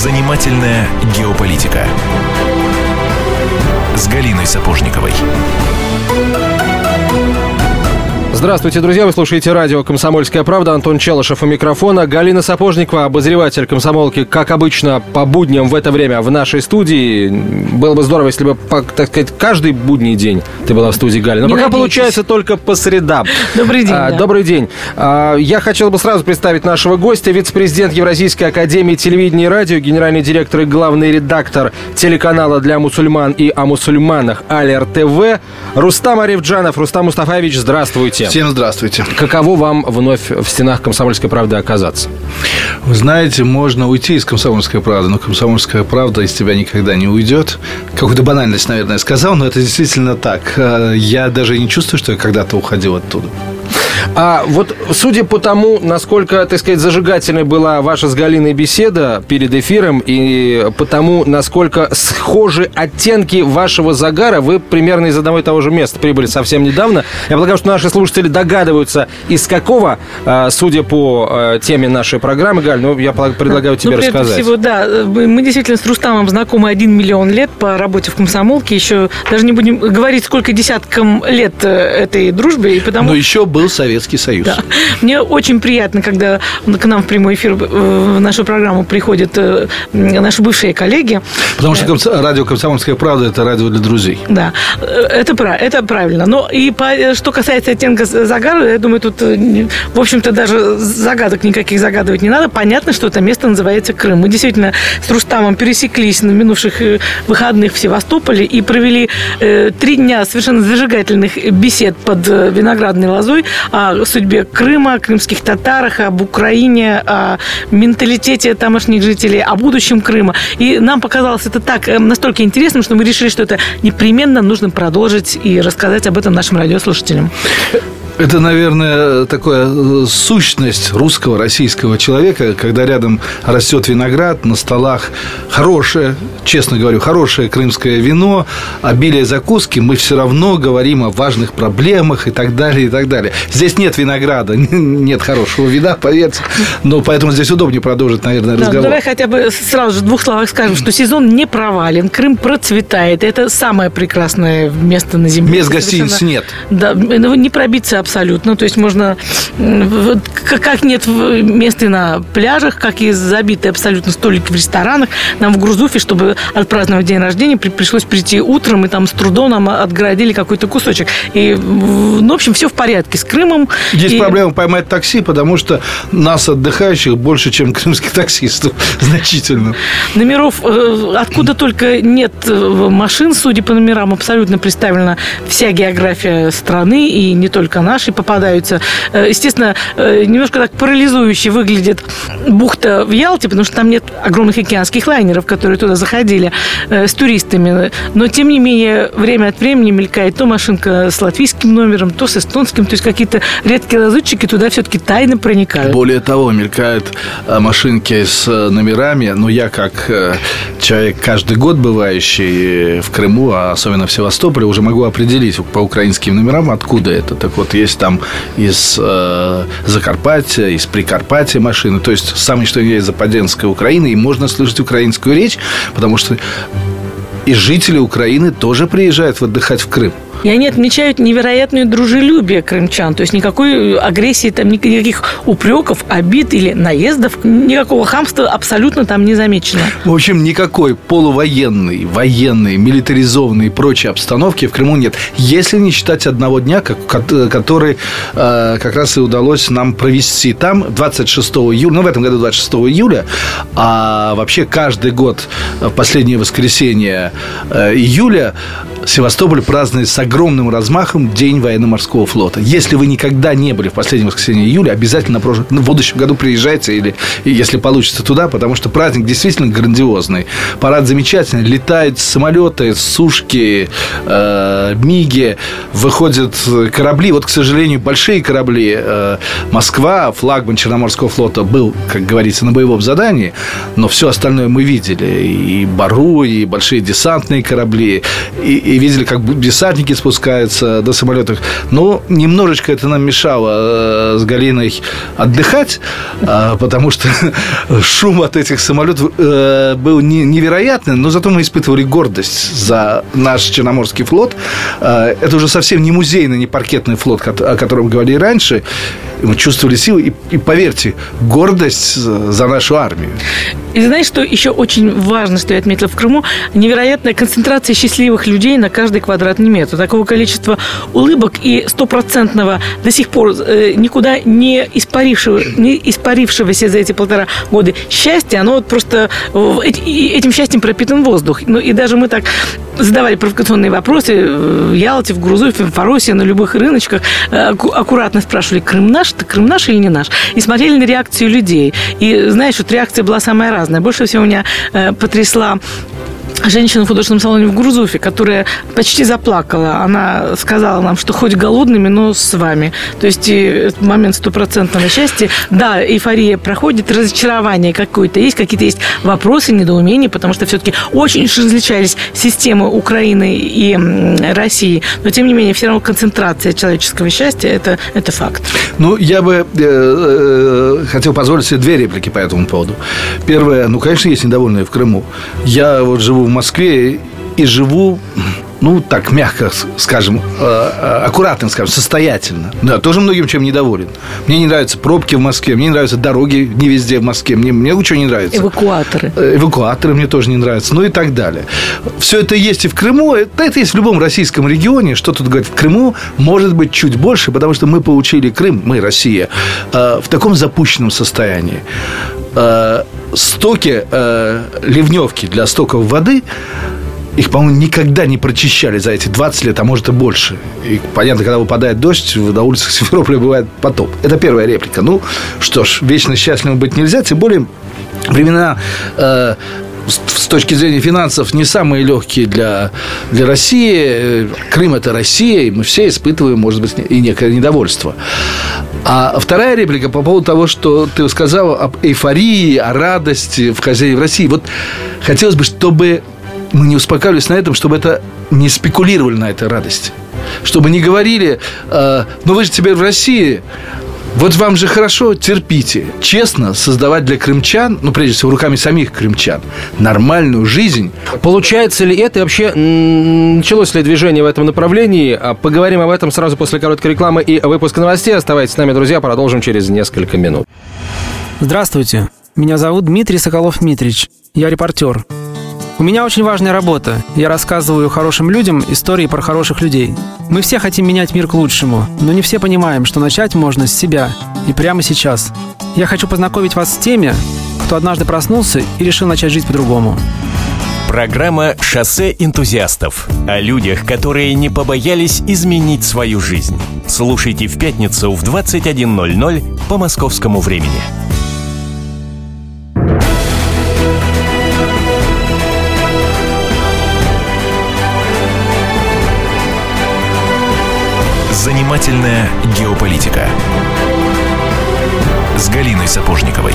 Занимательная геополитика с Галиной Сапожниковой. Здравствуйте, друзья! Вы слушаете радио «Комсомольская правда». Антон Челышев у микрофона. Галина Сапожникова, обозреватель «Комсомолки», как обычно, по будням в это время в нашей студии. Было бы здорово, если бы, так сказать, каждый будний день ты была в студии, Галина. Но пока получается только по средам. Добрый день. Добрый день. Я хотел бы сразу представить нашего гостя. Вице-президент Евразийской академии телевидения и радио, генеральный директор и главный редактор телеканала для мусульман и о мусульманах Алер ТВ Рустам Арифджанов. Рустам Мустафаевич, здравствуйте. Всем здравствуйте. Каково вам вновь в стенах «Комсомольской правды» оказаться? Вы знаете, можно уйти из «Комсомольской правды», но «Комсомольская правда» из тебя никогда не уйдет. Какую-то банальность, наверное, сказал, но это действительно так. Я даже не чувствую, что я когда-то уходил оттуда. А вот судя по тому, насколько, так сказать, зажигательной была ваша с Галиной беседа перед эфиром, и по тому, насколько схожи оттенки вашего загара, вы примерно из одного и того же места прибыли совсем недавно. Я полагаю, что наши слушатели догадываются, из какого, судя по теме нашей программы. Галь, я предлагаю тебе рассказать. Всего, да, мы действительно с Рустамом знакомы 1 миллион лет по работе в «Комсомолке». Еще даже не будем говорить, сколько десяткам лет этой дружбе. И потому... Но еще был Советский Союз. Да. Мне очень приятно, когда к нам в прямой эфир в нашу программу приходят наши бывшие коллеги. Потому что радио «Комсомольская правда» – это радио для друзей. Да, это правильно. Но и что касается оттенка загара, я думаю, тут, в общем-то, даже загадок никаких загадывать не надо. Понятно, что это место называется Крым. Мы действительно с Рустамом пересеклись на минувших выходных в Севастополе и провели 3 дня совершенно зажигательных бесед под виноградной лозой о судьбе Крыма, о крымских татарах, об Украине, о менталитете тамошних жителей, о будущем Крыма. И нам показалось это так настолько интересным, что мы решили, что это непременно нужно продолжить и рассказать об этом нашим радиослушателям. Это, наверное, такая сущность русского, российского человека, когда рядом растет виноград, на столах хорошее, честно говорю, хорошее крымское вино, обилие закуски, мы все равно говорим о важных проблемах и так далее, и так далее. Здесь нет винограда, нет хорошего вина, поверьте, но поэтому здесь удобнее продолжить, наверное, разговор. Давай хотя бы сразу же в 2 словах скажем, что сезон не провален, Крым процветает, это самое прекрасное место на земле. Мест гостиниц нет. Да, не пробиться абсолютно. То есть можно... Как нет места на пляжах, как и забиты абсолютно столики в ресторанах. Нам в Грузуфе, чтобы отпраздновать день рождения, пришлось прийти утром, и там с трудом нам отгородили какой-то кусочек. И, в общем, все в порядке с Крымом. Есть проблема поймать такси, потому что нас, отдыхающих, больше, чем крымских таксистов. Значительно. Номеров откуда только нет машин, судя по номерам, абсолютно представлена вся география страны, и не только нашей попадаются. Естественно, немножко так парализующе выглядит бухта в Ялте, потому что там нет огромных океанских лайнеров, которые туда заходили с туристами. Но, тем не менее, время от времени мелькает то машинка с латвийским номером, то с эстонским. То есть какие-то редкие лазутчики туда все-таки тайно проникают. Более того, мелькают машинки с номерами. Но я, как человек, каждый год бывающий в Крыму, а особенно в Севастополе, уже могу определить по украинским номерам, откуда это. Так вот, есть там из Закарпатья, из Прикарпатья машины. То есть, самое что есть западенская Украина, и можно слышать украинскую речь, потому что и жители Украины тоже приезжают отдыхать в Крым. И они отмечают невероятное дружелюбие крымчан. То есть никакой агрессии, там, никаких упреков, обид или наездов, никакого хамства абсолютно там не замечено. В общем, никакой полувоенной, военной, милитаризованной и прочей обстановки в Крыму нет. Если не считать одного дня, который как раз и удалось нам провести там 26 июля, в этом году 26 июля, а вообще каждый год в последнее воскресенье июля Севастополь празднует с огромным размахом День военно-морского флота. Если вы никогда не были в последнее воскресенье июля, обязательно в будущем году приезжайте, или если получится, туда, потому что праздник действительно грандиозный. Парад замечательный. Летают самолеты, сушки, миги, выходят корабли. Вот, к сожалению, большие корабли. Москва, флагман Черноморского флота, был, как говорится, на боевом задании, но все остальное мы видели. И Бару, и большие десантные корабли, и видели, как десантники спускаются до самолетов. Но немножечко это нам мешало с Галиной отдыхать, потому что шум от этих самолетов был невероятный, но зато мы испытывали гордость за наш Черноморский флот. Это уже совсем не музейный, не паркетный флот, о котором говорили раньше. Мы чувствовали силу и, поверьте, гордость за нашу армию. И знаешь, что еще очень важно, что я отметила в Крыму? Невероятная концентрация счастливых людей на каждый квадратный метр. Такого количества улыбок и стопроцентного до сих пор никуда не испарившегося за эти 1,5 года счастья, оно вот просто этим счастьем пропитан воздух. Ну и даже мы так задавали провокационные вопросы в Ялте, в Грузуфе, в Фаросе, на любых рыночках, аккуратно спрашивали, Крым наш или не наш? И смотрели на реакцию людей. И знаешь, вот реакция была самая разная. Больше всего меня потрясла женщина в художественном салоне в Грузуфе, которая почти заплакала. Она сказала нам, что хоть голодными, но с вами. То есть момент стопроцентного счастья. Да, эйфория проходит, разочарование какое-то есть, какие-то есть вопросы, недоумения, потому что все-таки очень различались системы Украины и России. Но, тем не менее, все равно концентрация человеческого счастья – это факт. Ну, я бы хотел позволить себе 2 реплики по этому поводу. Первое, конечно, есть недовольные в Крыму. Я вот живу в Москве и живу, так мягко скажем, аккуратно скажем, состоятельно. Да, тоже многим чем недоволен. Мне не нравятся пробки в Москве, мне не нравятся дороги не везде в Москве, мне ничего не нравится. Эвакуаторы мне тоже не нравятся, и так далее. Все это есть и в Крыму, это есть в любом российском регионе. Что тут говорить? В Крыму может быть чуть больше, потому что мы получили Крым, мы, Россия, в таком запущенном состоянии. Стоки, ливневки для стоков воды, их, по-моему, никогда не прочищали за эти 20 лет, а может и больше. И, понятно, когда выпадает дождь, на улицах Симферополя бывает потоп. Это первая реплика. Что ж, вечно счастливым быть нельзя, тем более времена с точки зрения финансов не самые легкие для России. Крым – это Россия, и мы все испытываем, может быть, и некое недовольство. А вторая реплика по поводу того, что ты сказал об эйфории, о радости в хозяине в России. Вот хотелось бы, чтобы мы не успокаивались на этом, чтобы это не спекулировали на этой радости. Чтобы не говорили, вы же теперь в России, вот вам же хорошо, терпите. Честно создавать для крымчан, прежде всего руками самих крымчан, нормальную жизнь. Получается ли это и вообще началось ли движение в этом направлении? Поговорим об этом сразу после короткой рекламы и выпуска новостей. Оставайтесь с нами, друзья, продолжим через несколько минут. Здравствуйте, меня зовут Дмитрий Соколов-Митрич, я репортер. У меня очень важная работа. Я рассказываю хорошим людям истории про хороших людей. Мы все хотим менять мир к лучшему, но не все понимаем, что начать можно с себя и прямо сейчас. Я хочу познакомить вас с теми, кто однажды проснулся и решил начать жить по-другому. Программа «Шоссе энтузиастов» о людях, которые не побоялись изменить свою жизнь. Слушайте в пятницу в 21:00 по московскому времени. Занимательная геополитика с Галиной Сапожниковой.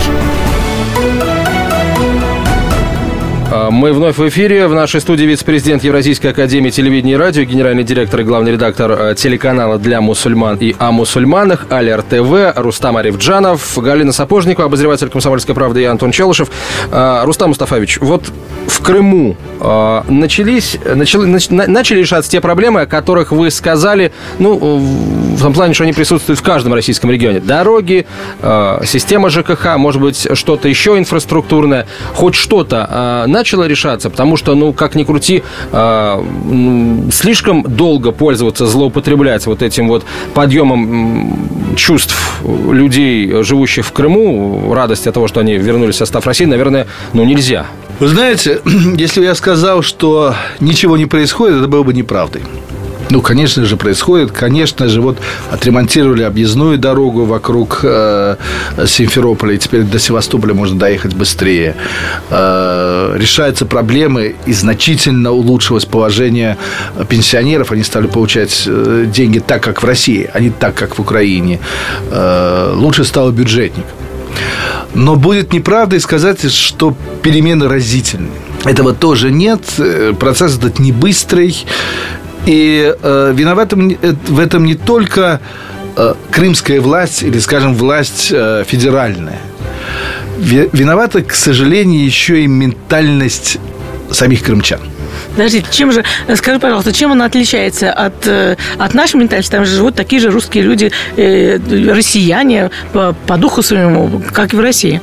Мы вновь в эфире. В нашей студии вице-президент Евразийской академии телевидения и радио, генеральный директор и главный редактор телеканала «Для мусульман» и «О мусульманах» Алер ТВ Рустам Арифджанов, Галина Сапожникова, обозреватель «Комсомольской правды» и Антон Челышев. Рустам Мустафаевич, вот в Крыму начали решаться те проблемы, о которых вы сказали, в том плане, что они присутствуют в каждом российском регионе. Дороги, система ЖКХ, может быть, что-то еще инфраструктурное, хоть что-то начало решаться, потому что, как ни крути, слишком долго пользоваться, злоупотреблять вот этим вот подъемом чувств людей, живущих в Крыму, радости от того, что они вернулись в состав России, наверное, нельзя. Вы знаете, если бы я сказал, что ничего не происходит, это было бы неправдой. Конечно же, происходит. Конечно же, отремонтировали объездную дорогу вокруг Симферополя, и теперь до Севастополя можно доехать быстрее. Решаются проблемы, и значительно улучшилось положение пенсионеров. Они стали получать деньги так, как в России, а не так, как в Украине. Лучше стало бюджетникам. Но будет неправдой сказать, что перемены разительные. Этого тоже нет. Процесс этот не быстрый. И виновата в этом не только крымская власть или, скажем, власть федеральная. Виновата, к сожалению, еще и ментальность самих крымчан. Подождите, скажи, пожалуйста, чем она отличается от нашей ментальности? Там же живут такие же русские люди, россияне по духу своему, как и в России.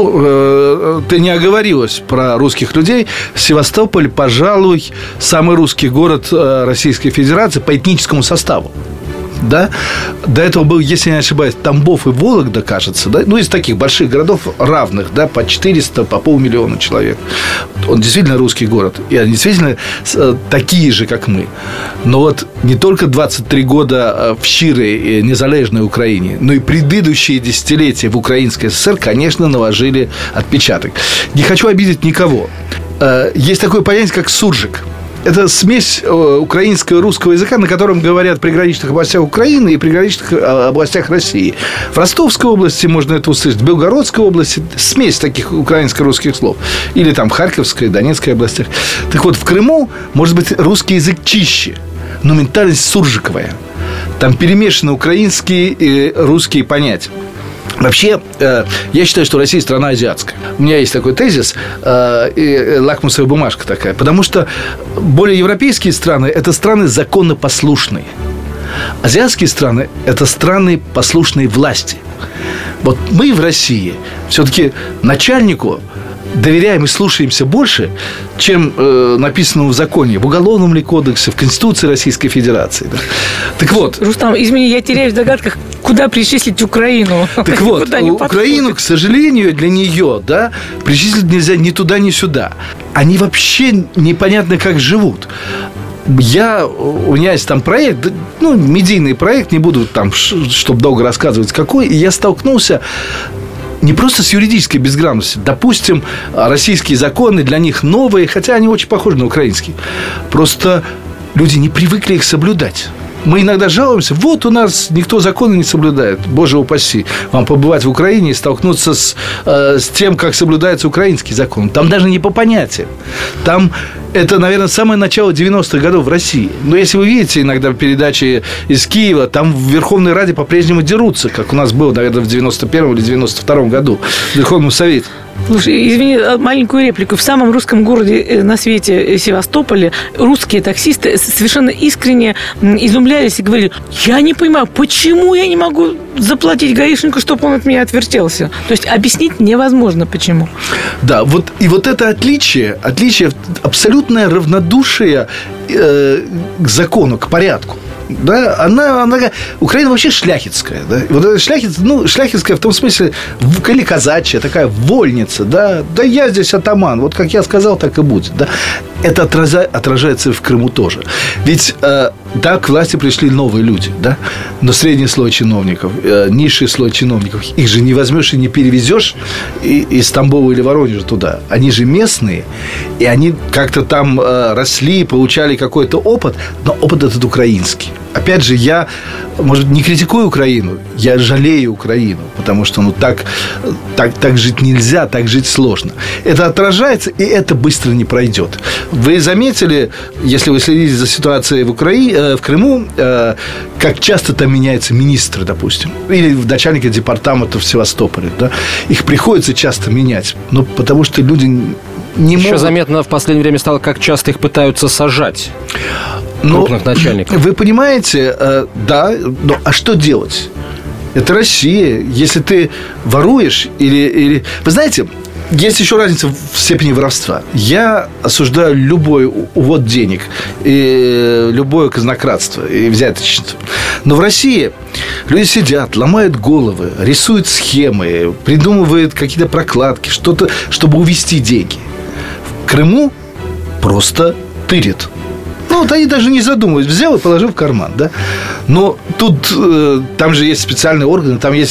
Ты не оговорилась про русских людей. Севастополь, пожалуй, самый русский город Российской Федерации по этническому составу. Да? До этого был, если я не ошибаюсь, Тамбов и Вологда, кажется, да? Из таких больших городов равных, да, по 400, по 500 000 человек. Он действительно русский город, и они действительно такие же, как мы. Но вот не только 23 года в щирой незалежной Украине, но и предыдущие десятилетия в Украинской ССР, конечно, наложили отпечаток. Не хочу обидеть никого. Есть такое понятие, как суржик. Это смесь украинского и русского языка, на котором говорят в приграничных областях Украины и приграничных областях России. В Ростовской области можно это услышать, в Белгородской области смесь таких украинско-русских слов. Или там в Харьковской, Донецкой областях. Так вот, в Крыму, может быть, русский язык чище, но ментальность суржиковая. Там перемешаны украинские и русские понятия. Вообще, я считаю, что Россия страна азиатская. У меня есть такой тезис, лакмусовая бумажка такая. Потому что более европейские страны – это страны законопослушные. Азиатские страны – это страны послушные власти. Вот мы в России все-таки начальнику доверяем и слушаемся больше, чем написано в законе, в Уголовном ли кодексе, в Конституции Российской Федерации. Да? Так вот. Рустам, извини, я теряюсь в догадках, куда причислить Украину. Так вот, Украину, к сожалению, для нее, да, причислить нельзя ни туда, ни сюда. Они вообще непонятно как живут. У меня есть там проект, медийный проект, не буду там, чтобы долго рассказывать, какой, и я столкнулся не просто с юридической безграмотностью. Допустим, российские законы для них новые, хотя они очень похожи на украинские. Просто люди не привыкли их соблюдать. Мы иногда жалуемся, вот у нас никто законы не соблюдает. Боже упаси, вам побывать в Украине и столкнуться с тем, как соблюдается украинский закон. Там даже не по понятиям. Там это, наверное, самое начало 90-х годов в России. Но если вы видите иногда передачи из Киева, там в Верховной Раде по-прежнему дерутся, как у нас было, наверное, в 91-м или 92-м году в Верховном Совете. Слушай, извини, маленькую реплику. В самом русском городе на свете, Севастополе, русские таксисты совершенно искренне изумлялись и говорили: я не понимаю, почему я не могу заплатить гаишнику, чтобы он от меня отвертелся. То есть объяснить невозможно, почему. Да, вот это отличие абсолютное равнодушие к закону, к порядку. Да, Украина вообще шляхетская, да? Вот это шляхетская в том смысле, или казачья, такая вольница, да, я здесь атаман, вот как я сказал, так и будет, да. Это отражается в Крыму тоже. Ведь, да, к власти пришли новые люди, да, но средний слой чиновников, низший слой чиновников, их же не возьмешь и не перевезешь из Тамбова или Воронежа туда. Они же местные, и они как-то там росли, получали какой-то опыт, но опыт этот украинский. Опять же, я, может, не критикую Украину, я жалею Украину, потому что так жить нельзя, так жить сложно. Это отражается, и это быстро не пройдет. Вы заметили, если вы следите за ситуацией в Крыму, как часто там меняются министры, допустим, или начальники департамента в Севастополе, да? Их приходится часто менять, потому что люди не могут. Еще заметно в последнее время стало, как часто их пытаются сажать. Крупных начальников. Вы понимаете, да, но а что делать? Это Россия. Если ты воруешь или... Вы знаете, есть еще разница в степени воровства. Я осуждаю любой увод денег, и любое казнократство и взяточничество. Но в России люди сидят, ломают головы, рисуют схемы, придумывают какие-то прокладки, что-то, чтобы увести деньги. В Крыму просто тырят. Они даже не задумываются. Взял и положил в карман, да? Но тут там же есть специальные органы, там есть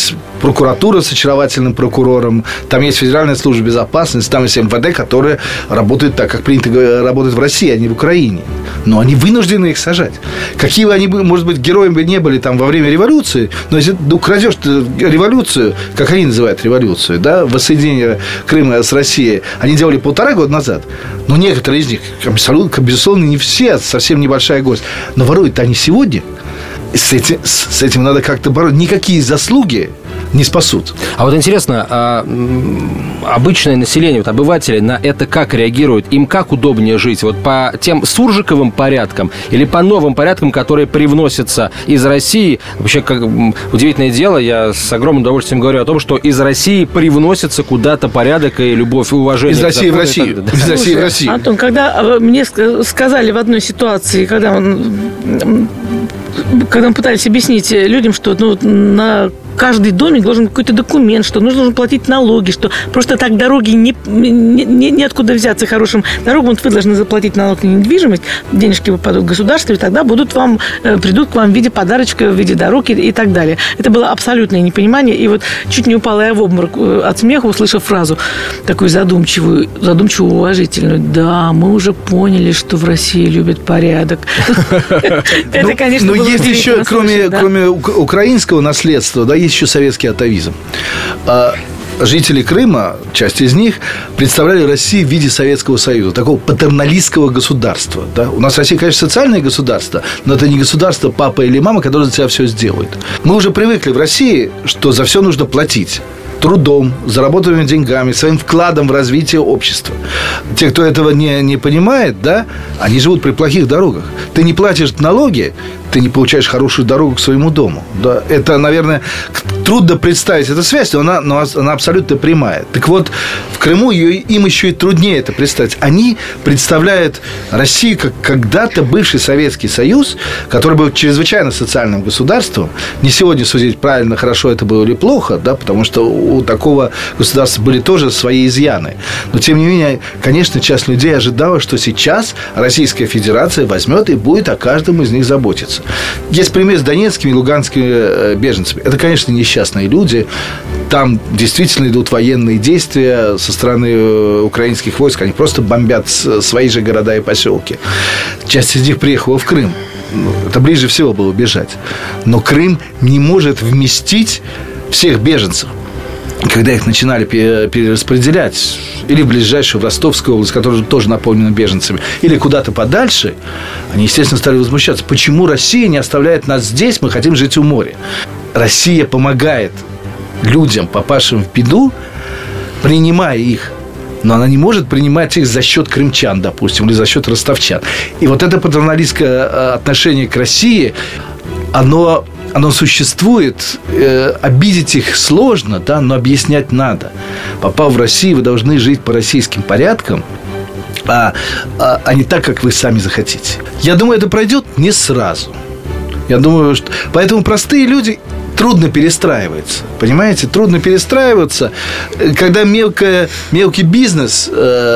прокуратура с очаровательным прокурором, там есть Федеральная служба безопасности, там есть МВД, которые работают так, как принято работать в России, а не в Украине. Но они вынуждены их сажать. Какие бы они, может быть, героями бы не были там во время революции, но если крадешь революцию, как они называют революцию, да, воссоединение Крыма с Россией, они делали 1,5 года назад. Но некоторые из них, абсолютно, безусловно, не все, совсем небольшая гость. Но воруют-то они сегодня. С этим надо как-то бороться. Никакие заслуги не спасут. А вот интересно, обычное население, вот обыватели на это как реагируют? Им как удобнее жить? Вот по тем суржиковым порядкам или по новым порядкам, которые привносятся из России? Вообще, как удивительное дело, я с огромным удовольствием говорю о том, что из России привносится куда-то порядок и любовь, и уважение. Из России в Россию. Из России в Россию. Антон, когда мне сказали в одной ситуации, когда мы пытались объяснить людям, что на каждый домик должен быть какой-то документ, что нужно платить налоги, что просто так дороги неоткуда взяться хорошим дорогам. Вот вы должны заплатить налог на недвижимость, денежки выпадут в государство, и тогда придут к вам в виде подарочка, в виде дороги и так далее. Это было абсолютное непонимание. И вот чуть не упала я в обморок от смеха, услышав фразу такую задумчивую, уважительную. Да, мы уже поняли, что в России любят порядок. Это, конечно, было удивительно. Но есть еще, кроме украинского наследства, да, есть еще советский атавизм. Жители Крыма, часть из них, представляли Россию в виде Советского Союза, такого патерналистского государства. Да? У нас Россия, конечно, социальное государство, но это не государство папа или мама, которые за тебя все сделают. Мы уже привыкли в России, что за все нужно платить. Трудом, заработанными деньгами, своим вкладом в развитие общества. Те, кто этого не понимает, да, они живут при плохих дорогах. Ты не платишь налоги, ты не получаешь хорошую дорогу к своему дому. Да. Это, наверное, трудно представить эту связь, но она абсолютно прямая. Так вот, в Крыму им еще и труднее это представить. Они представляют Россию как когда-то бывший Советский Союз, который был чрезвычайно социальным государством. Не сегодня судить правильно, хорошо это было или плохо, да, потому что у такого государства были тоже свои изъяны. Но, тем не менее, конечно, часть людей ожидала, что сейчас Российская Федерация возьмет и будет о каждом из них заботиться. Есть пример с донецкими и луганскими беженцами. Это, конечно, несчастные люди. Там действительно идут военные действия со стороны украинских войск. Они просто бомбят свои же города и поселки. Часть из них приехала в Крым. Это ближе всего было бежать. Но Крым не может вместить всех беженцев. Когда их начинали перераспределять или в ближайшую, в Ростовскую область, которая тоже наполнена беженцами, или куда-то подальше, они, естественно, стали возмущаться. Почему Россия не оставляет нас здесь, мы хотим жить у моря? Россия помогает людям, попавшим в беду, принимая их. Но она не может принимать их за счет крымчан, допустим, или за счет ростовчан. И вот это патерналистское отношение к России, оно существует, обидеть их сложно, да, но объяснять надо. Попав в Россию, вы должны жить по российским порядкам, а не так, как вы сами захотите. Я думаю, это пройдет не сразу. Я думаю, что... Поэтому простые люди трудно перестраиваются. Понимаете? Трудно перестраиваться. Когда мелкий бизнес...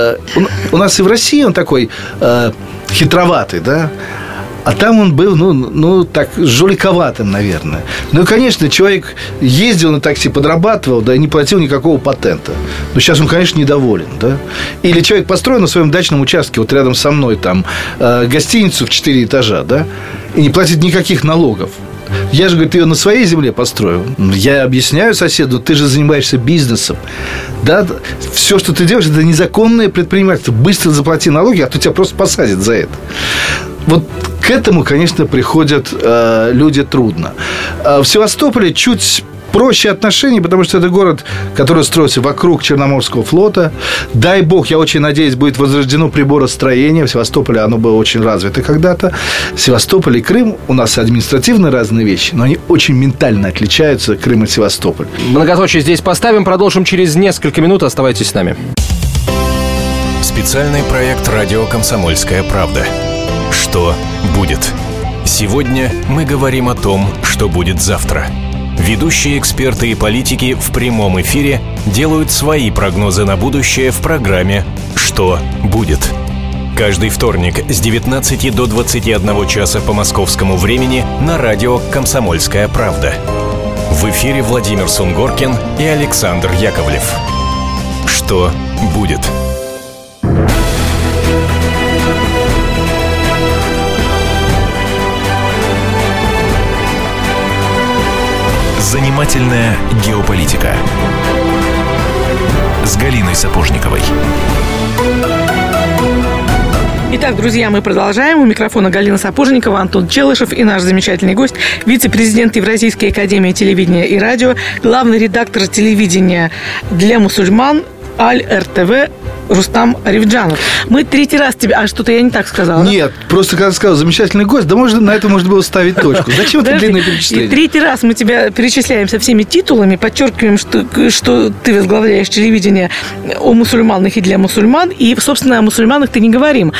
у нас и в России он такой хитроватый, да? А там он был, так, жуликоватым, наверное. Ну, и, конечно, человек ездил на такси, подрабатывал, да, и не платил никакого патента. Но сейчас он, конечно, недоволен, да. Или человек построил на своем дачном участке, вот рядом со мной, там, гостиницу в 4 этажа, да, и не платит никаких налогов. Я же, говорит, ее на своей земле построил. Я объясняю соседу, ты же занимаешься бизнесом. Да? Все, что ты делаешь, это незаконное предпринимательство. Быстро заплати налоги, а то тебя просто посадят за это. Вот к этому, конечно, приходят люди трудно. В Севастополе чуть проще отношения, потому что это город, который строится вокруг Черноморского флота. Дай бог, я очень надеюсь, будет возрождено приборостроение. В Севастополе оно было очень развито когда-то. Севастополь и Крым у нас административно разные вещи, но они очень ментально отличаются, Крым и Севастополь. Многоточие здесь поставим, продолжим через несколько минут. Оставайтесь с нами. Специальный проект «Радио Комсомольская правда». Что будет? Сегодня мы говорим о том, что будет завтра. Ведущие эксперты и политики в прямом эфире делают свои прогнозы на будущее в программе «Что будет?». Каждый вторник с 19 до 21 часа по московскому времени на радио «Комсомольская правда». В эфире Владимир Сунгоркин и Александр Яковлев. Что будет? Занимательная геополитика с Галиной Сапожниковой. Итак, друзья, мы продолжаем. У микрофона Галина Сапожникова, Антон Челышев и наш замечательный гость, вице-президент Евразийской академии телевидения и радио, главный редактор телевидения для мусульман Аль-РТВ Рустам Арифджанов. Мы третий раз тебе... А что-то я не так сказала? Нет, просто когда сказал замечательный гость, да можно на это можно было ставить точку. Зачем это длинное перечисление? И третий раз мы тебя перечисляем со всеми титулами, подчеркиваем, что ты возглавляешь телевидение о мусульманах и для мусульман, и, собственно, о мусульманах ты не говорим.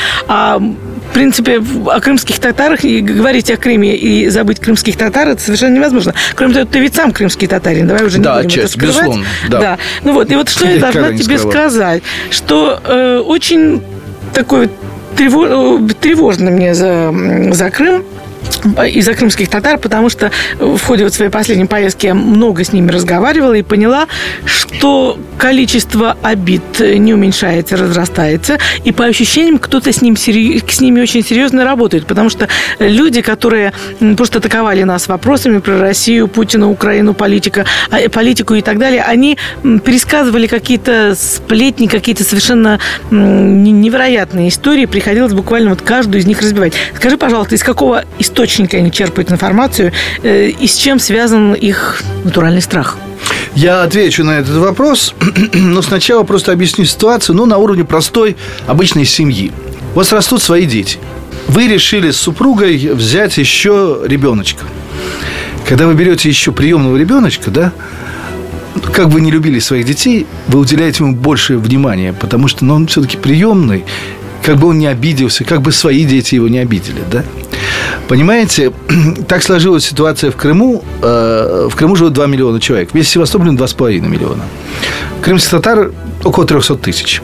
В принципе, о крымских татарах и говорить о Крыме и забыть крымских татар это совершенно невозможно. Кроме того, ты ведь сам крымский татарин. Давай уже не будем это скрывать. Безусловно. Да. Ну вот, и вот что я должна тебе сказать, что очень такой тревожно мне за Крым и за крымских татар, потому что в ходе вот своей последней поездки я много с ними разговаривала и поняла, что количество обид не уменьшается, разрастается, и по ощущениям кто-то с ними очень серьезно работает, потому что люди, которые просто атаковали нас вопросами про Россию, Путина, Украину, политику и так далее, они пересказывали какие-то сплетни, какие-то совершенно невероятные истории, приходилось буквально вот каждую из них разбивать. Скажи, пожалуйста, из какого источника они черпают информацию и с чем связан их натуральный страх? Я отвечу на этот вопрос, но сначала просто объясню ситуацию, на уровне простой, обычной семьи. У вас растут свои дети. Вы решили с супругой взять еще ребеночка. Когда вы берете еще приемного ребеночка, да, как бы вы не любили своих детей, вы уделяете ему больше внимания, потому что он все-таки приемный, как бы он не обиделся, как бы свои дети его не обидели, да. Понимаете, так сложилась ситуация в Крыму. В Крыму живут 2 миллиона человек. Вместе с Севастополем 2,5 миллиона. Крымских татар около 300 тысяч.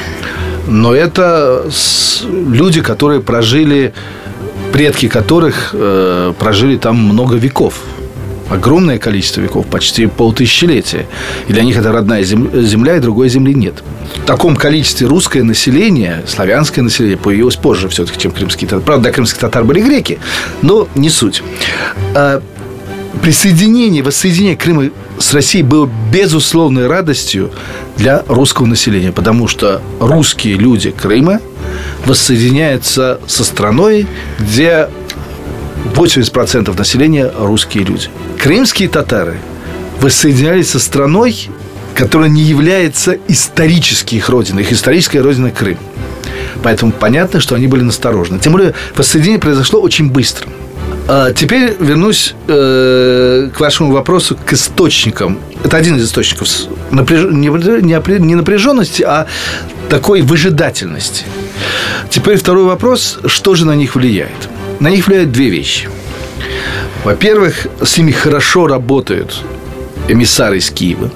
Но это люди, которые прожили, предки которых прожили там много веков. Огромное количество веков, почти полтысячелетия. И для них это родная земля, и другой земли нет. В таком количестве русское население, славянское население появилось позже все-таки, чем крымские татары. Правда, до крымских татар были греки, но не суть. Воссоединение Крыма с Россией было безусловной радостью для русского населения, потому что русские люди Крыма воссоединяются со страной, где 80% населения русские люди. Крымские татары воссоединялись со страной, которая не является исторически их родиной. Их историческая родина – Крым. Поэтому понятно, что они были насторожены. Тем более, воссоединение произошло очень быстро. Теперь вернусь к вашему вопросу, к источникам. Это один из источников не напряженности, а такой выжидательности. Теперь второй вопрос. Что же на них влияет? На них влияют две вещи. Во-первых, с ними хорошо работают эмиссары из Киева.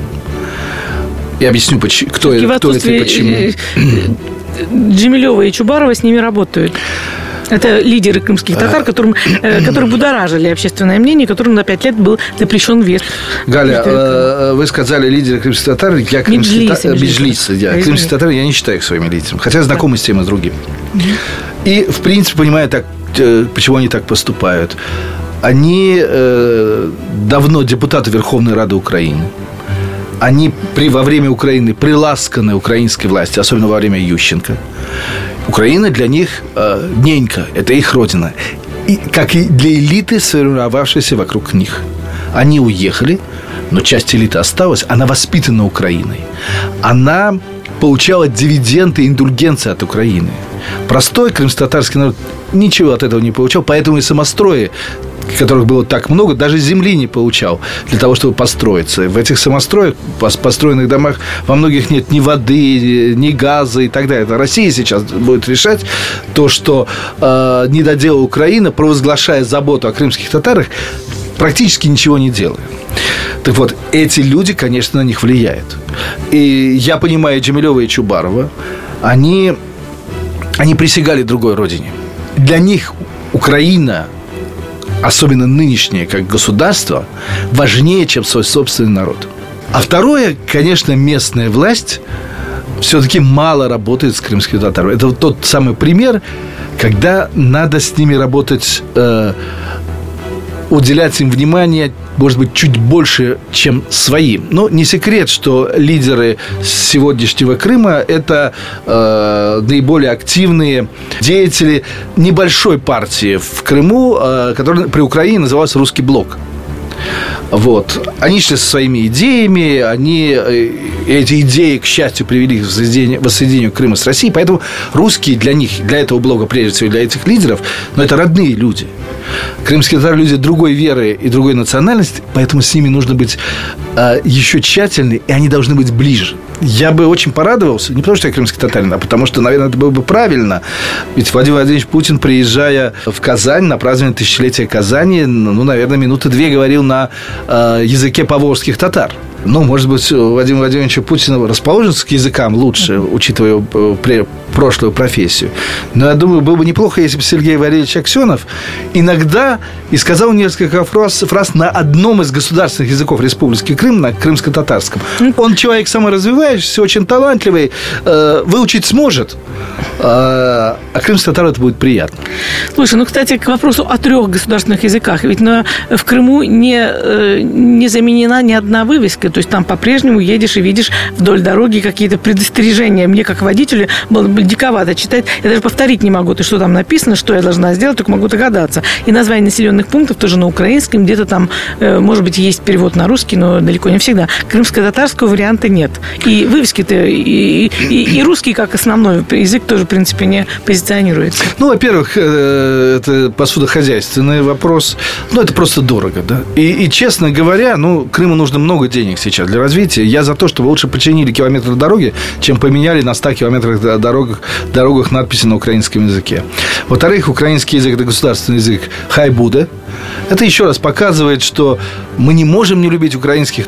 Я объясню, кто это и почему. Джемилева и Чубарова с ними работают. Это лидеры крымских татар, которые будоражили общественное мнение, которым на 5 лет был запрещен въезд. Галя, вы сказали лидеры крымских татар. Я крымских татар я не считаю их своими лидерами. Хотя знакомы с тем и с другим. И, в принципе, понимаю, почему они так поступают. Они давно депутаты Верховной Рады Украины. Они во время Украины приласканы украинской власти, особенно во время Ющенко. Украина для них ненька, это их родина. И, как и для элиты, сформировавшейся вокруг них. Они уехали, но часть элиты осталась. Она воспитана Украиной. Она получала дивиденды и индульгенции от Украины. Простой крымско-татарский народ ничего от этого не получал. Поэтому и самострои, которых было так много, даже земли не получал для того, чтобы построиться. В этих самостроях, построенных домах, во многих нет ни воды, ни газа и так далее. Это Россия сейчас будет решать то, что не доделала Украина, провозглашая заботу о крымских татарах, практически ничего не делая. Так вот, эти люди, конечно, на них влияют. И я понимаю Джемилева и Чубарова, они присягали другой родине. Для них Украина, особенно нынешнее, как государство, важнее, чем свой собственный народ. А второе, конечно, местная власть все-таки мало работает с крымскими татарами. Это вот тот самый пример, когда надо с ними работать, уделять им внимание, может быть, чуть больше, чем своим. Но не секрет, что лидеры сегодняшнего Крыма – это наиболее активные деятели небольшой партии в Крыму, которая при Украине называлась «Русский блок». Вот. Они шли со своими идеями, эти идеи, к счастью, привели к воссоединению Крыма с Россией, поэтому русские для них, для этого блока, прежде всего, для этих лидеров, но это родные люди. Крымские татары – люди другой веры и другой национальности, поэтому с ними нужно быть еще тщательнее, и они должны быть ближе. Я бы очень порадовался, не потому что я крымский татарин, а потому что, наверное, это было бы правильно. Ведь Владимир Владимирович Путин, приезжая в Казань на празднование тысячелетия Казани, наверное, минуты 2 говорил на языке поволжских татар. Может быть, Владимир Владимирович Путин расположен к языкам лучше, учитывая его прошлую профессию. Но я думаю, было бы неплохо, если бы Сергей Валерьевич Аксенов иногда и сказал несколько фраз на одном из государственных языков Республики Крым, на крымско-татарском. Он человек саморазвивающийся, очень талантливый, выучить сможет, а крымскому татару это будет приятно. Слушай, кстати, к вопросу о 3 государственных языках. Ведь в Крыму не заменена ни одна вывеска. То есть там по-прежнему едешь и видишь вдоль дороги какие-то предостережения. Мне, как водителю, было бы диковато читать. Я даже повторить не могу, что там написано, что я должна сделать, только могу догадаться. И название населенных пунктов тоже на украинском. Где-то там, может быть, есть перевод на русский, но далеко не всегда. Крымско-татарского варианта нет. И вывески-то, и русский, как основной язык, тоже, в принципе, не позиционируется. Во-первых, это посудохозяйственный вопрос. Это просто дорого, да. И честно говоря, Крыму нужно много денег сейчас для развития. Я за то, чтобы лучше починили километры дороги, чем поменяли на 100 километрах дорогах надписи на украинском языке. Во-вторых, украинский язык – это государственный язык хай буде. Это еще раз показывает, что мы не можем не любить украинский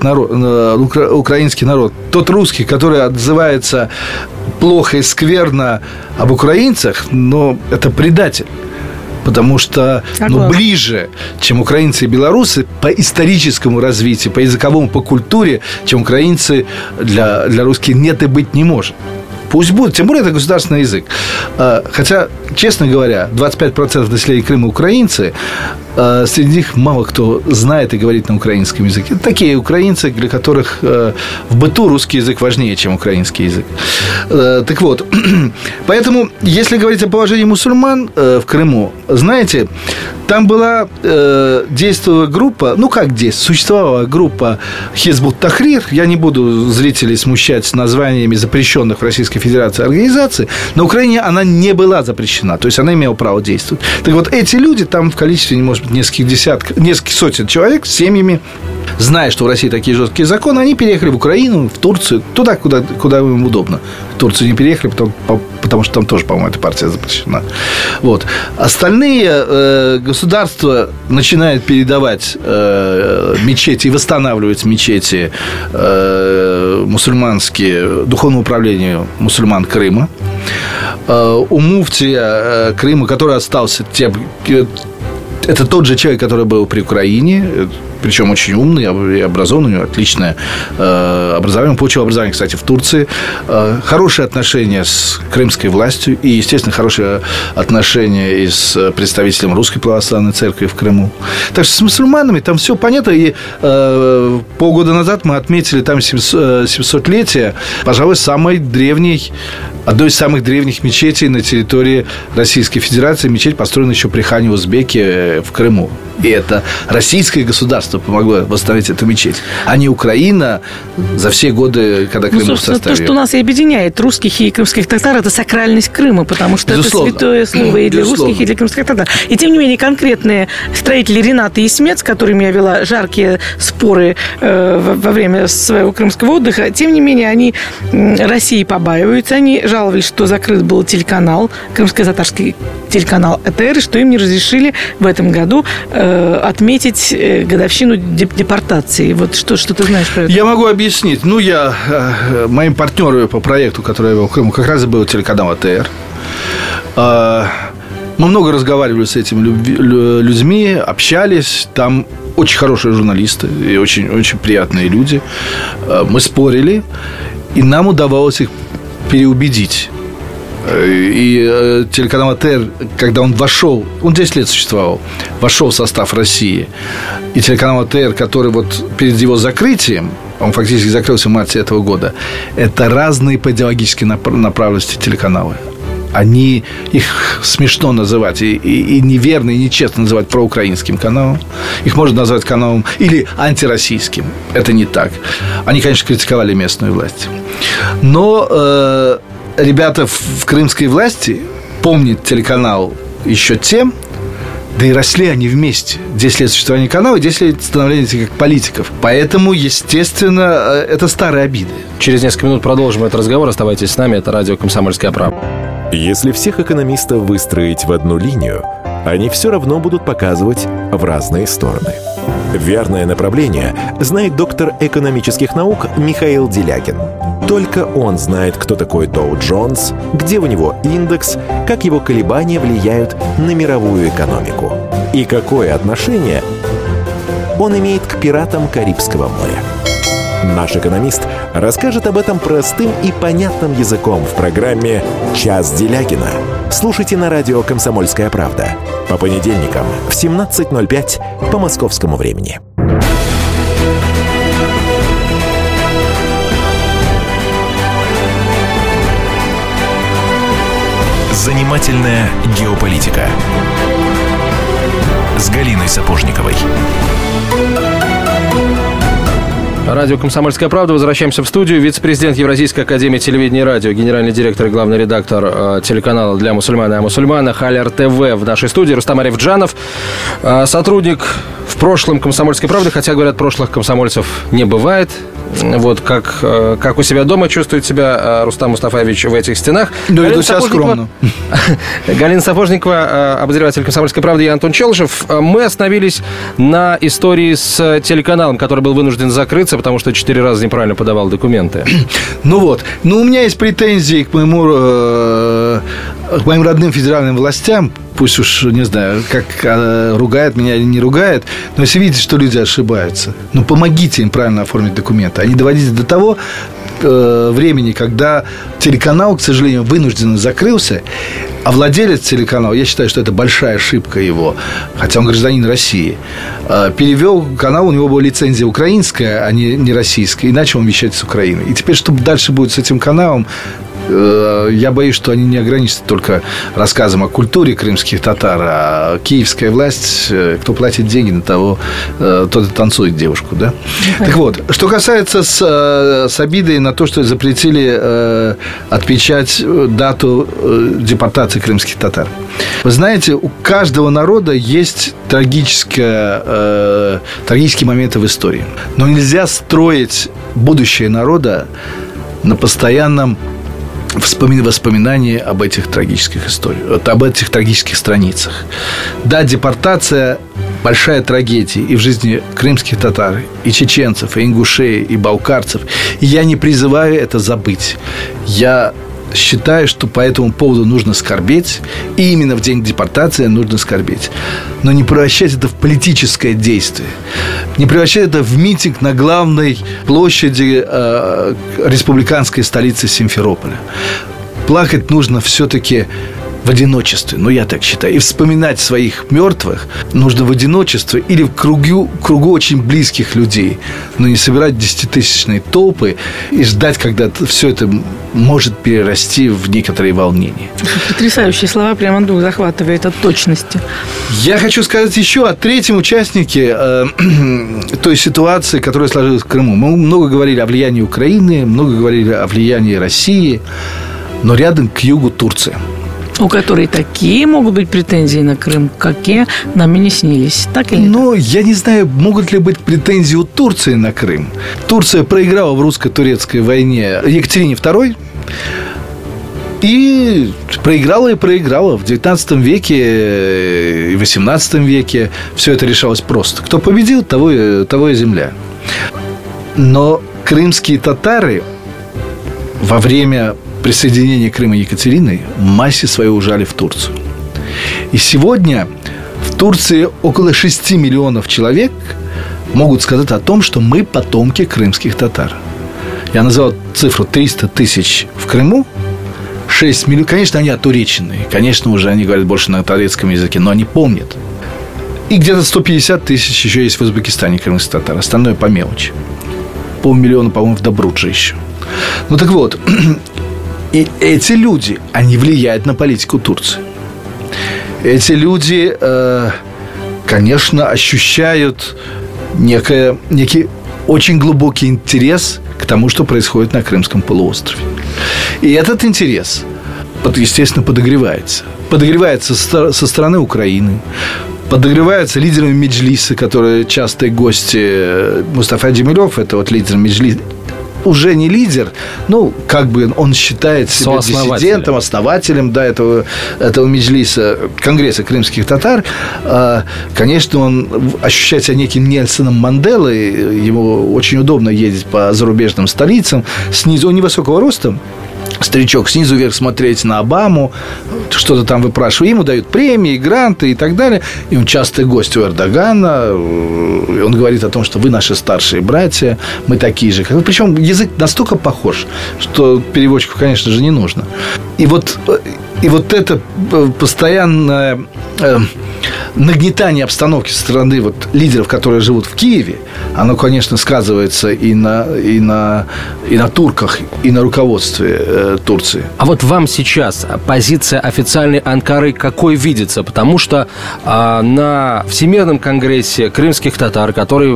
народ. Тот русский, который отзывается плохо и скверно об украинцах, но это предатель. Потому что ближе, чем украинцы и белорусы по историческому развитию, по языковому, по культуре, чем украинцы для русских нет и быть не может. Пусть будет, тем более это государственный язык. Хотя, честно говоря, 25% населения Крыма украинцы, среди них мало кто знает и говорит на украинском языке. Это такие украинцы, для которых в быту русский язык важнее, чем украинский язык. Так вот, поэтому, если говорить о положении мусульман в Крыму, знаете, там была действовала группа, существовала группа Хизбут Тахрир, я не буду зрителей смущать названиями запрещенных в Российской Федерации организаций, на Украине она не была запрещена, то есть она имела право действовать. Так вот, эти люди там в количестве, может быть, нескольких сотен человек с семьями, зная, что в России такие жесткие законы, они переехали в Украину, в Турцию, туда, куда им удобно. В Турцию не переехали, потому что там тоже, по-моему, эта партия запрещена. Вот. Остальные государства начинают передавать мечети и восстанавливать мечети мусульманские, духовному управлению мусульман Крыма. У муфтия Крыма, который остался это тот же человек, который был при Украине, причем очень умный и образованный, у него отличное образование. Он получил образование, кстати, в Турции. Хорошие отношения с крымской властью и, естественно, хорошие отношения и с представителем Русской Православной Церкви в Крыму. Так что с мусульманами там все понятно. И полгода назад мы отметили там 700-летие, пожалуй, одной из самых древних мечетей на территории Российской Федерации. Мечеть построена еще при хане Узбеке в Крыму. И это российское государство помогло восстановить эту мечеть, а не Украина за все годы, когда Крым был в составе. То, что нас и объединяет русских и крымских татар, это сакральность Крыма, потому что это святое слово и для русских, и для крымских татар. И тем не менее, конкретные строители Ренат и Исмет, с которыми я вела жаркие споры во время своего крымского отдыха, тем не менее, они России побаиваются, они жаловались, что закрыт был телеканал, крымско-татарский телеканал ЭТР, что им не разрешили в этом году отметить годовщину депортации. Вот что ты знаешь про это? Я могу объяснить. Моим партнером по проекту, который я вел в Крыму, как раз был телеканал АТР. Мы много разговаривали с этими людьми, общались. Там очень хорошие журналисты и очень, очень приятные люди. Мы спорили, и нам удавалось их переубедить. И телеканал АТР, когда он вошел, он 10 лет существовал, вошел в состав России, и телеканал АТР, который вот перед его закрытием, он фактически закрылся в марте этого года, это разные по идеологической направленности телеканалы. Их смешно называть и неверно, и нечестно называть проукраинским каналом. Их можно назвать каналом или антироссийским. Это не так. Они, конечно, критиковали местную власть. Но ребята в крымской власти помнят телеканал еще тем, да и росли они вместе. 10 лет существования канала и 10 лет становления этих политиков. Поэтому, естественно, это старые обиды. Через несколько минут продолжим этот разговор. Оставайтесь с нами. Это радио «Комсомольская правда». Если всех экономистов выстроить в одну линию, они все равно будут показывать в разные стороны. Верное направление знает доктор экономических наук Михаил Делягин. Только он знает, кто такой Доу Джонс, где у него индекс, как его колебания влияют на мировую экономику и какое отношение он имеет к пиратам Карибского моря. Наш экономист расскажет об этом простым и понятным языком в программе «Час Делягина». Слушайте на радио «Комсомольская правда» по понедельникам в 17:05 по московскому времени. Занимательная геополитика с Галиной Сапожниковой. Радио «Комсомольская правда». Возвращаемся в студию. Вице-президент Евразийской академии телевидения и радио, генеральный директор и главный редактор телеканала для мусульман и о мусульманах Аль ТВ в нашей студии Рустам Арифджанов, сотрудник в прошлом «Комсомольской правды», хотя, говорят, прошлых комсомольцев не бывает. Вот как у себя дома чувствует себя Рустам Мустафаевич в этих стенах. Ну, это сейчас скромно. Галина Сапожникова, обозреватель «Комсомольской правды», и Антон Челышев. Мы остановились на истории с телеканалом, который был вынужден закрыться, потому что 4 раза неправильно подавал документы. Ну вот. Ну, у меня есть претензии к моим родным федеральным властям. Пусть уж, не знаю, как ругает меня или не ругает, но если видите, что люди ошибаются, ну, помогите им правильно оформить документы. Они доводите до того времени, когда телеканал, к сожалению, вынужденно закрылся, а владелец телеканала, я считаю, что это большая ошибка его, хотя он гражданин России, перевел канал, у него была лицензия украинская, а не российская, иначе он вещает с Украины. И теперь, что дальше будет с этим каналом, я боюсь, что они не ограничатся только рассказом о культуре крымских татар, а киевская власть, кто платит деньги на того, тот и танцует девушку, да? Так вот, что касается с обидой на то, что запретили отмечать дату депортации крымских татар. Вы знаете, у каждого народа есть трагические моменты в истории. Но нельзя строить будущее народа на постоянном воспоминании об этих трагических историях, об этих трагических страницах. Да, депортация – большая трагедия и в жизни крымских татар, и чеченцев, и ингушей, и балкарцев. И я не призываю это забыть. Я считаю, что по этому поводу нужно скорбеть, и именно в день депортации нужно скорбеть. Но не превращать это в политическое действие. Не превращать это в митинг на главной площади республиканской столицы Симферополя. Плакать нужно все-таки в одиночестве, я так считаю. И вспоминать своих мертвых нужно в одиночестве или в кругу очень близких людей. Но не собирать 10-тысячные толпы и ждать, когда все это может перерасти в некоторые волнения. Потрясающие слова, прямо дух захватывает от точности. Я хочу сказать еще о третьем участнике той ситуации, которая сложилась в Крыму. Мы много говорили о влиянии Украины, много говорили о влиянии России, но рядом к югу Турция. У которой такие могут быть претензии на Крым, какие нам и не снились. Так или нет? Я не знаю, могут ли быть претензии у Турции на Крым. Турция проиграла в русско-турецкой войне Екатерине II. И проиграла. В 19 веке и 18 веке все это решалось просто. Кто победил, того и земля. Но крымские татары во время присоединения Крыма Екатериной массе свою ужали в Турцию. И сегодня в Турции около 6 миллионов человек могут сказать о том, что мы потомки крымских татар. Я назвал цифру 300 тысяч в Крыму, 6 миллионов. Конечно, они отуреченные. Конечно, уже они говорят больше на турецком языке, но они помнят. И где-то 150 тысяч еще есть в Узбекистане крымских татар. Остальное по мелочи. 500 000, по-моему, в Добрудже еще. Ну, так вот. И эти люди, они влияют на политику Турции. Эти люди, конечно, ощущают некий очень глубокий интерес к тому, что происходит на Крымском полуострове. И этот интерес, естественно, подогревается. Подогревается со стороны Украины, подогревается лидерами Меджлиса, которые частые гости. Мустафа Джемилев, это вот лидер Меджлиса. Уже не лидер, ну, как бы он считает себя диссидентом, основателем, да, этого Меджлиса, Конгресса крымских татар. Конечно, он ощущает себя неким Нельсоном Манделой. Ему очень удобно ездить по зарубежным столицам. Снизу, он невысокого роста, старичок, снизу вверх смотреть на Обаму, что-то там выпрашивать. Ему дают премии, гранты и так далее. И он частый гость у Эрдогана. Он говорит о том, что вы наши старшие братья, мы такие же. Причем язык настолько похож, что переводчиков, конечно же, не нужно. И вот это постоянное нагнетание обстановки со стороны вот лидеров, которые живут в Киеве, оно, конечно, сказывается и на турках, и на руководстве Турции. А вот вам сейчас позиция официальной Анкары какой видится? Потому что на Всемирном конгрессе крымских татар, который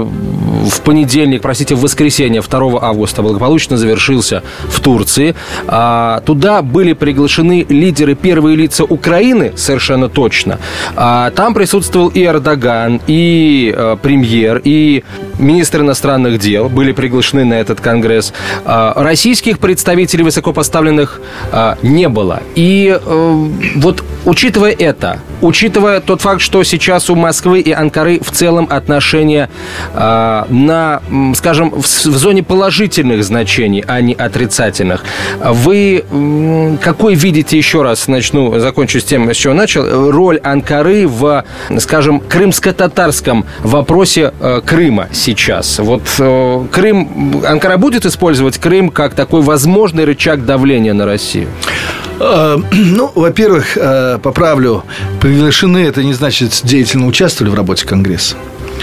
в воскресенье 2 августа благополучно завершился в Турции, туда были приглашены лидеры, первые лица Украины, совершенно точно. Там присутствовал и Эрдоган, и премьер, и министр иностранных дел были приглашены на этот конгресс. Российских представителей высокопоставленных не было. И вот учитывая это, учитывая тот факт, что сейчас у Москвы и Анкары в целом отношения скажем, в зоне положительных значений, а не отрицательных, вы какой видите, еще раз закончу с тем, с чего начал, роль Анкары в, скажем, крымско-татарском вопросе Крыма сейчас? Вот Анкара будет использовать Крым как такой возможный рычаг давления на Россию? Ну, во-первых, поправлю, приглашены, это не значит деятельно участвовали в работе Конгресса.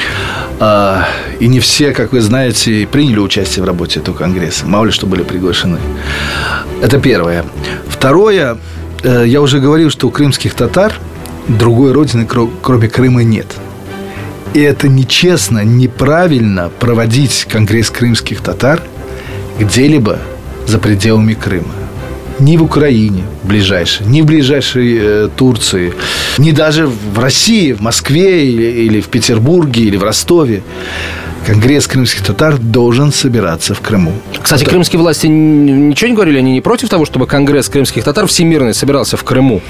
И не все, как вы знаете, приняли участие в работе этого Конгресса. Мало ли что были приглашены. Это первое. Второе, я уже говорил, что у крымских татар другой родины, кроме Крыма, нет. И это нечестно, неправильно проводить Конгресс крымских татар где-либо за пределами Крыма. Ни в Украине ближайшей, ни в ближайшей Турции, ни даже в России, в Москве или в Петербурге, или в Ростове. Конгресс крымских татар должен собираться в Крыму. Кстати, крымские власти ничего не говорили? Они не против того, чтобы Конгресс крымских татар всемирный собирался в Крыму?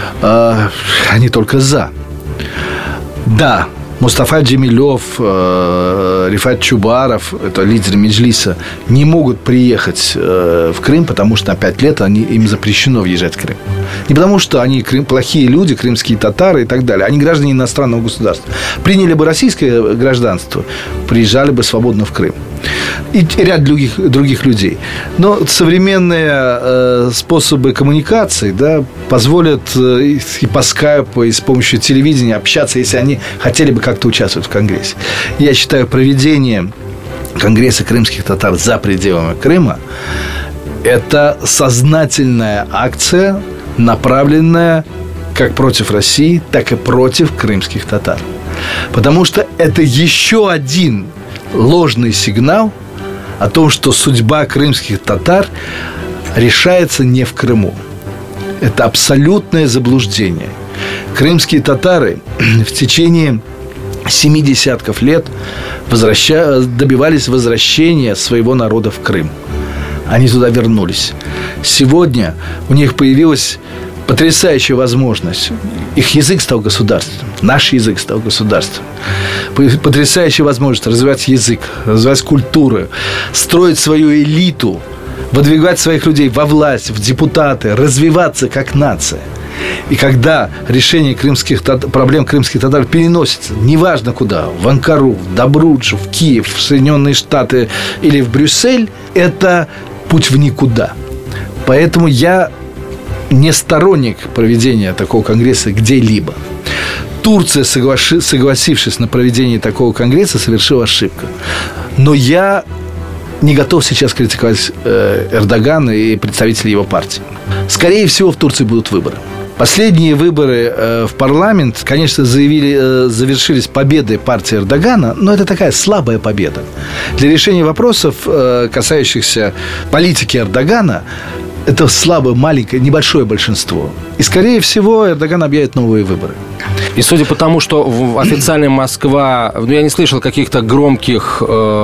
Они только за. Да, Мустафа Джемилев, Рифат Чубаров, это лидеры Меджлиса, не могут приехать в Крым, потому что на 5 лет им запрещено въезжать в Крым. Не потому, что они плохие люди, крымские татары и так далее. Они граждане иностранного государства. Приняли бы российское гражданство, приезжали бы свободно в Крым. И ряд других людей. Но современные способы коммуникации, да, позволят и по скайпу, и с помощью телевидения общаться, если они хотели бы как-то участвовать в Конгрессе. Я считаю, проведение Конгресса крымских татар за пределами Крыма – это сознательная акция, направленная как против России, так и против крымских татар. Потому что это еще один ложный сигнал о том, что судьба крымских татар решается не в Крыму. Это абсолютное заблуждение. Крымские татары в течение 7 десятков лет добивались возвращения своего народа в Крым. Они туда вернулись. Сегодня у них появилась потрясающая возможность. Их язык стал государственным. Наш язык стал государственным. Потрясающая возможность развивать язык, развивать культуру, строить свою элиту, выдвигать своих людей во власть, в депутаты, развиваться как нация. И когда решение проблем крымских татар переносится, неважно куда, в Анкару, в Добруджу, в Киев, в Соединенные Штаты или в Брюссель, это путь в никуда. Поэтому я не сторонник проведения такого конгресса где-либо. Турция, согласившись на проведение такого конгресса, совершила ошибку. Но я не готов сейчас критиковать Эрдогана и представителей его партии. Скорее всего, в Турции будут выборы. Последние выборы в парламент, конечно, завершились победой партии Эрдогана, но это такая слабая победа. Для решения вопросов, касающихся политики Эрдогана, это слабое, маленькое, небольшое большинство. И, скорее всего, Эрдоган объявит новые выборы. И судя по тому, что официальная Москва... я не слышал каких-то громких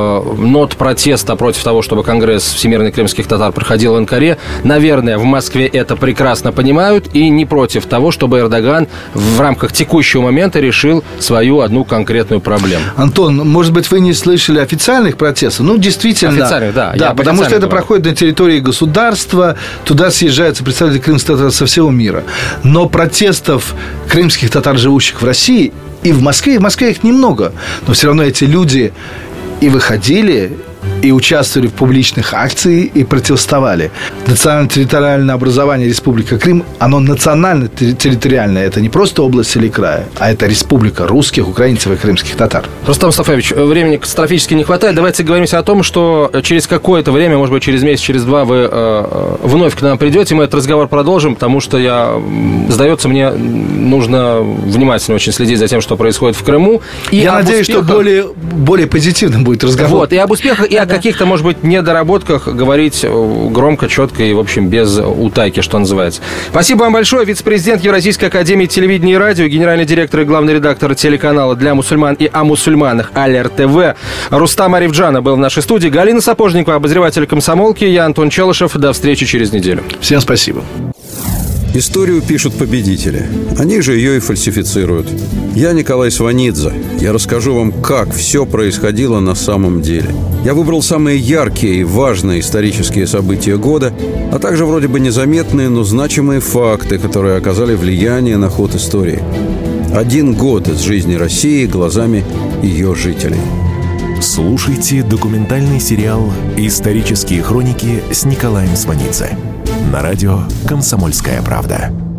нот протеста против того, чтобы Конгресс всемирных крымских татар проходил в Анкаре. Наверное, в Москве это прекрасно понимают и не против того, чтобы Эрдоган в рамках текущего момента решил свою одну конкретную проблему. Антон, может быть, вы не слышали официальных протестов? Ну, действительно. Официальных, да. Да, потому что это проходит на территории государства. Туда съезжаются представители крымских татар со всего мира. Но протестов крымских татар, живущих в России, и в Москве их немного. Но все равно эти люди и выходили, и участвовали в публичных акциях, и протестовали. Национально-территориальное образование Республика Крым, оно национально-территориальное. Это не просто область или край, а это республика русских, украинцев и крымских татар. Рустам Мустафаевич, времени катастрофически не хватает. Давайте договоримся о том, что через какое-то время, может быть, через месяц, через два, вы вновь к нам придете, мы этот разговор продолжим, потому что, сдается мне, нужно внимательно очень следить за тем, что происходит в Крыму. И я надеюсь, что более позитивным будет разговор. Вот, и об успехах, и о каких-то, может быть, недоработках говорить громко, четко и, в общем, без утайки, что называется. Спасибо вам большое. Вице-президент Евразийской академии телевидения и радио, генеральный директор и главный редактор телеканала для мусульман и о мусульманах Алер ТВ Рустам Арифджанов был в нашей студии. Галина Сапожникова, обозреватель «Комсомолки». Я Антон Челышев. До встречи через неделю. Всем спасибо. Историю пишут победители. Они же ее и фальсифицируют. Я Николай Сванидзе. Я расскажу вам, как все происходило на самом деле. Я выбрал самые яркие и важные исторические события года, а также вроде бы незаметные, но значимые факты, которые оказали влияние на ход истории. 1 год из жизни России глазами ее жителей. Слушайте документальный сериал «Исторические хроники» с Николаем Сванидзе на радио «Комсомольская правда».